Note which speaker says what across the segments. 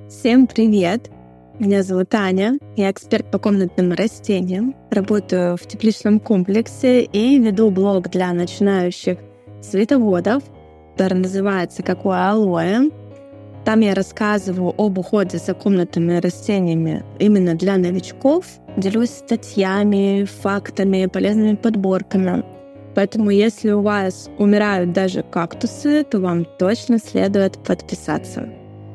Speaker 1: Всем привет! Меня зовут Аня, я эксперт по комнатным растениям, работаю в тепличном комплексе и веду блог для начинающих цветоводов, который называется «Какое алоэ?». Там я рассказываю об уходе за комнатными растениями именно для новичков, делюсь статьями, фактами, полезными подборками. Поэтому если у вас умирают даже кактусы, то вам точно следует подписаться.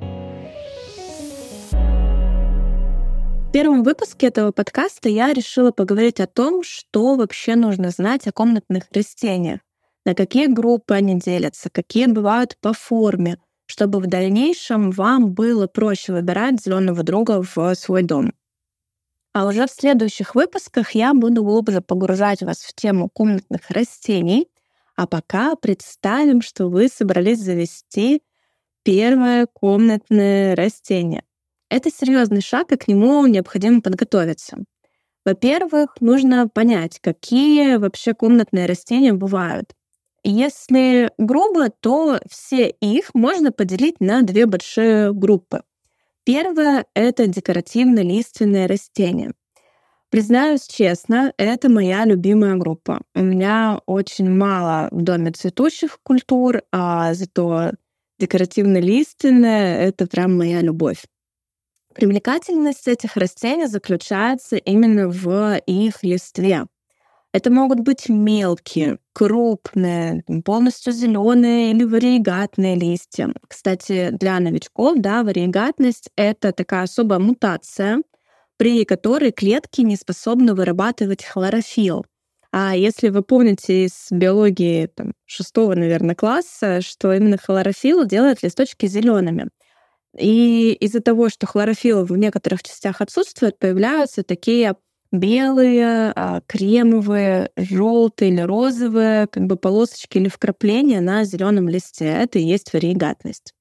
Speaker 1: В первом выпуске этого подкаста я решила поговорить о том, что вообще нужно знать о комнатных растениях, на какие группы они делятся, какие бывают по форме, чтобы в дальнейшем вам было проще выбирать зеленого друга в свой дом. А уже в следующих выпусках я буду глубже погружать вас в тему комнатных растений, а пока представим, что вы собрались завести первое комнатное растение. Это серьезный шаг, и к нему необходимо подготовиться. Во-первых, нужно понять, какие вообще комнатные растения бывают. Если грубо, то все их можно поделить на две большие группы. Первое — это декоративно-лиственные растения. Признаюсь честно, это моя любимая группа. У меня очень мало в доме цветущих культур, а зато декоративно-лиственные — это прям моя любовь. Привлекательность этих растений заключается именно в их листве. Это могут быть мелкие, крупные, полностью зеленые или вариегатные листья. Кстати, для новичков, вариегатность — это такая особая мутация, при которой клетки не способны вырабатывать хлорофилл. А если вы помните из биологии 6-го, наверное, класса, что именно хлорофилл делает листочки зелеными. И из-за того, что хлорофилл в некоторых частях отсутствует, появляются такие белые, кремовые, желтые или розовые полосочки или вкрапления на зеленом листе. Это и есть вариегатность.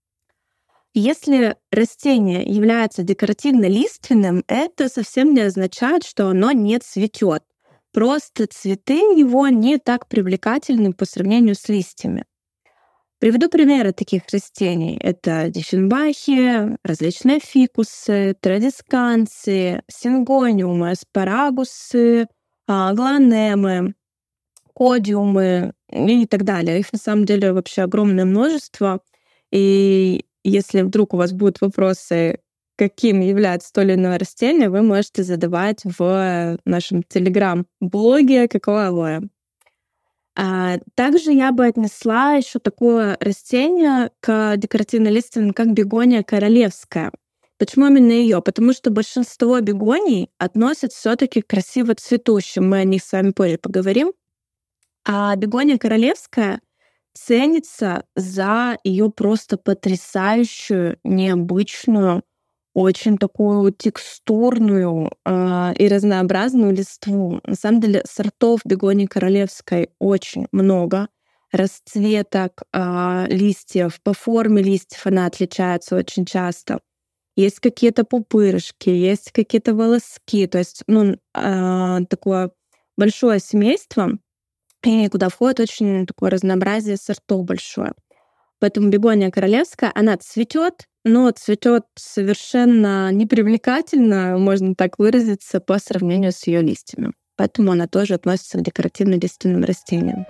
Speaker 1: Если растение является декоративно-лиственным, это совсем не означает, что оно не цветет. Просто цветы его не так привлекательны по сравнению с листьями. Приведу примеры таких растений. Это диффенбахи, различные фикусы, традисканции, сингониумы, аспарагусы, гланемы, кодиумы и так далее. Их на самом деле вообще огромное множество. И если вдруг у вас будут вопросы, каким является то или иное растение, вы можете задавать в нашем телеграм-блоге «Какое алоэ?». Также я бы отнесла еще такое растение к декоративно-лиственным, как бегония королевская. Почему именно ее? Потому что большинство бегоний относят все-таки к красиво цветущим. Мы о них с вами позже поговорим. А бегония королевская ценится за ее просто потрясающую, необычную, очень такую текстурную и разнообразную листву. На самом деле сортов бегонии королевской очень много. Расцветок листьев, по форме листьев она отличается очень часто. Есть какие-то пупырышки, есть какие-то волоски. То есть такое большое семейство, и куда входит очень такое разнообразие сортов большое. Поэтому бегония королевская, она цветет, но цветет совершенно непривлекательно, можно так выразиться, по сравнению с ее листьями. Поэтому она тоже относится к декоративно-лиственным растениям.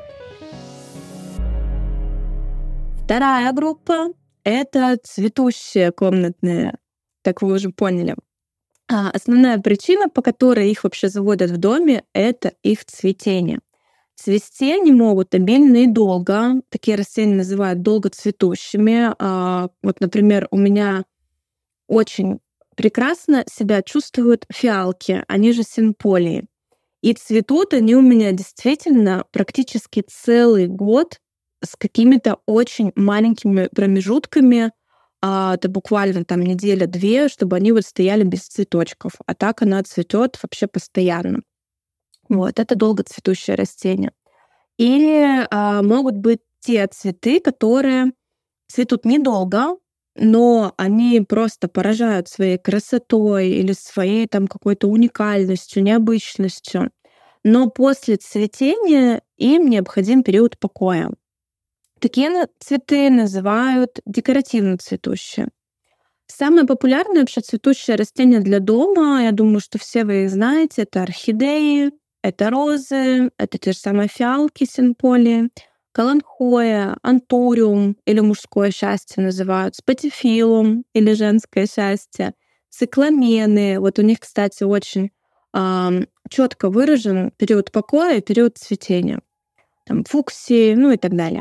Speaker 1: Вторая группа — это цветущие комнатные, как вы уже поняли. Основная причина, по которой их вообще заводят в доме, это их цветение. Цвести они могут обильно и долго. Такие растения называют долгоцветущими. Вот, например, у меня очень прекрасно себя чувствуют фиалки, они же синполии. И цветут они у меня действительно практически целый год с какими-то очень маленькими промежутками. Это буквально неделя-две, чтобы они вот стояли без цветочков. А так она цветет вообще постоянно. Вот, это долгоцветущее растение. Или могут быть те цветы, которые цветут недолго, но они просто поражают своей красотой или своей какой-то уникальностью, необычностью. Но после цветения им необходим период покоя. Такие цветы называют декоративно цветущие. Самое популярное вообще цветущее растение для дома, я думаю, что все вы их знаете, это орхидеи, это розы, это те же самые фиалки синполи, каланхоя, антуриум или мужское счастье называют, спатифилум или женское счастье, цикламены. Вот у них, кстати, очень четко выражен период покоя и период цветения. Там фуксии, ну и так далее.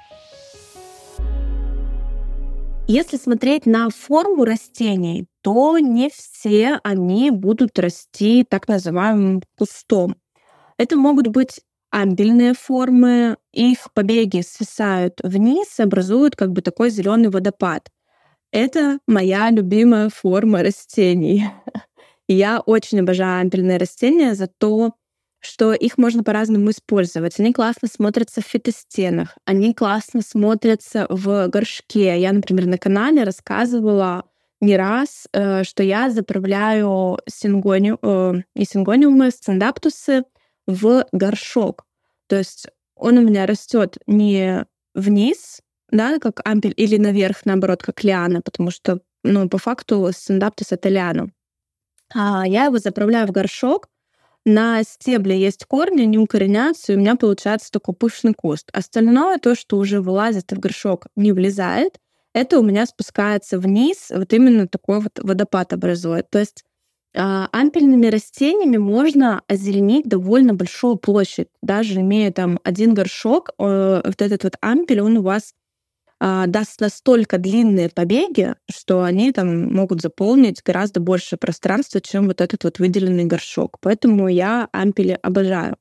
Speaker 1: Если смотреть на форму растений, то не все они будут расти так называемым кустом. Это могут быть ампельные формы, их побеги свисают вниз и образуют как бы такой зеленый водопад. Это моя любимая форма растений. Я очень обожаю ампельные растения за то, что их можно по-разному использовать. Они классно смотрятся в фитостенах, они классно смотрятся в горшке. Я, например, на канале рассказывала не раз, что я заправляю не сингониумы, стендаптусы в горшок. То есть он у меня растет не вниз, да, как ампель, или наверх, наоборот, как лиана, потому что, по факту стендаптус — это лиана. А я его заправляю в горшок, на стебле есть корни, они укореняются, и у меня получается такой пышный куст. Остальное, то, что уже вылазит в горшок, не влезает, это у меня спускается вниз, вот именно такой вот водопад образует. То есть ампельными растениями можно озеленить довольно большую площадь. Даже имея там один горшок, вот этот вот ампель, он у вас даст настолько длинные побеги, что они там могут заполнить гораздо больше пространства, чем вот этот вот выделенный горшок. Поэтому я ампели обожаю.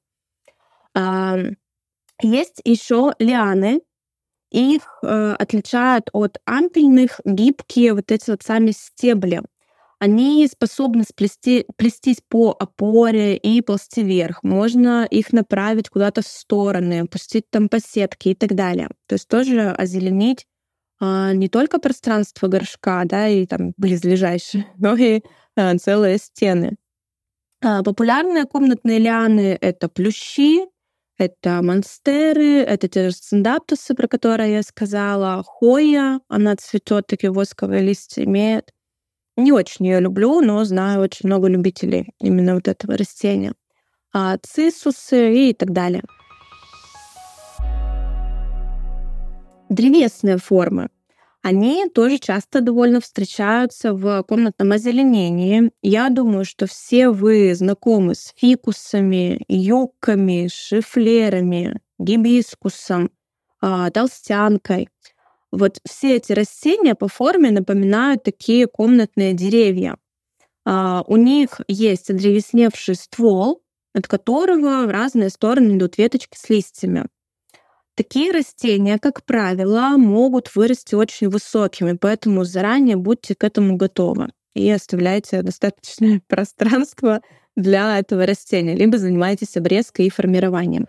Speaker 1: Есть еще лианы. Их отличают от ампельных гибкие вот эти вот сами стебли. Они способны плестись по опоре и ползти вверх. Можно их направить куда-то в стороны, пустить там по сетке и так далее. То есть тоже озеленить не только пространство горшка, да, и там близлежащие, но и целые стены. Популярные комнатные лианы — это плющи, это монстеры, это те же стендаптусы, про которые я сказала, хоя, она цветет, такие восковые листья имеет. Не очень ее люблю, но знаю очень много любителей именно вот этого растения. Циссусы и так далее. Древесные формы. Они тоже часто довольно встречаются в комнатном озеленении. Я думаю, что все вы знакомы с фикусами, юкками, шифлерами, гибискусом, толстянкой. Вот все эти растения по форме напоминают такие комнатные деревья. У них есть одревесневший ствол, от которого в разные стороны идут веточки с листьями. Такие растения, как правило, могут вырасти очень высокими, поэтому заранее будьте к этому готовы и оставляйте достаточное пространство для этого растения, либо занимайтесь обрезкой и формированием.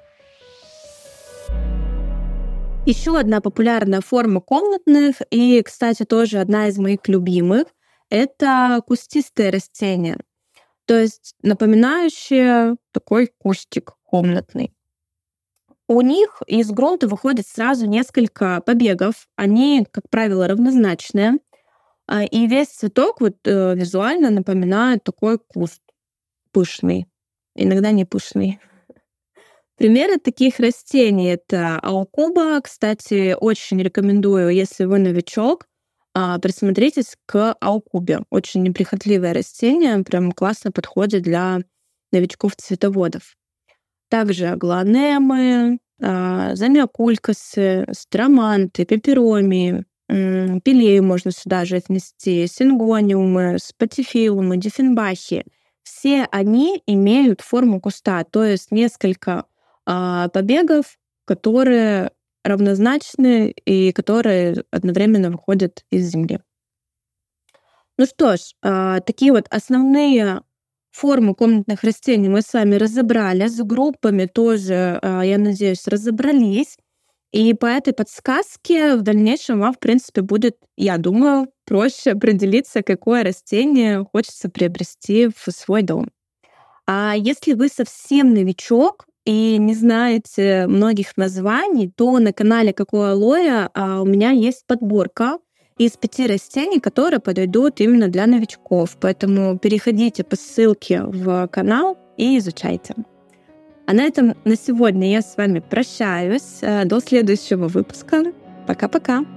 Speaker 1: Еще одна популярная форма комнатных, и, кстати, тоже одна из моих любимых, это кустистые растения, то есть напоминающие такой кустик комнатный. У них из грунта выходит сразу несколько побегов. Они, как правило, равнозначные. И весь цветок визуально напоминает такой куст пышный, иногда не пышный. Примеры таких растений — это аукуба. Кстати, очень рекомендую, если вы новичок, присмотритесь к аукубе. Очень неприхотливое растение, прям классно подходит для новичков-цветоводов. Также аглонемы, замиокулькасы, строманты, пеперомии, пилею можно сюда же отнести, сингониумы, спатифилумы, диффенбахи. Все они имеют форму куста, то есть несколько побегов, которые равнозначны и которые одновременно выходят из земли. Ну что ж, такие вот основные формы комнатных растений мы с вами разобрали. С группами тоже, я надеюсь, разобрались. И по этой подсказке в дальнейшем вам, в принципе, будет, я думаю, проще определиться, какое растение хочется приобрести в свой дом. А если вы совсем новичок и не знаете многих названий, то на канале «Какое алоэ» у меня есть подборка из 5 растений, которые подойдут именно для новичков. Поэтому переходите по ссылке в канал и изучайте. А на этом на сегодня я с вами прощаюсь. До следующего выпуска. Пока-пока.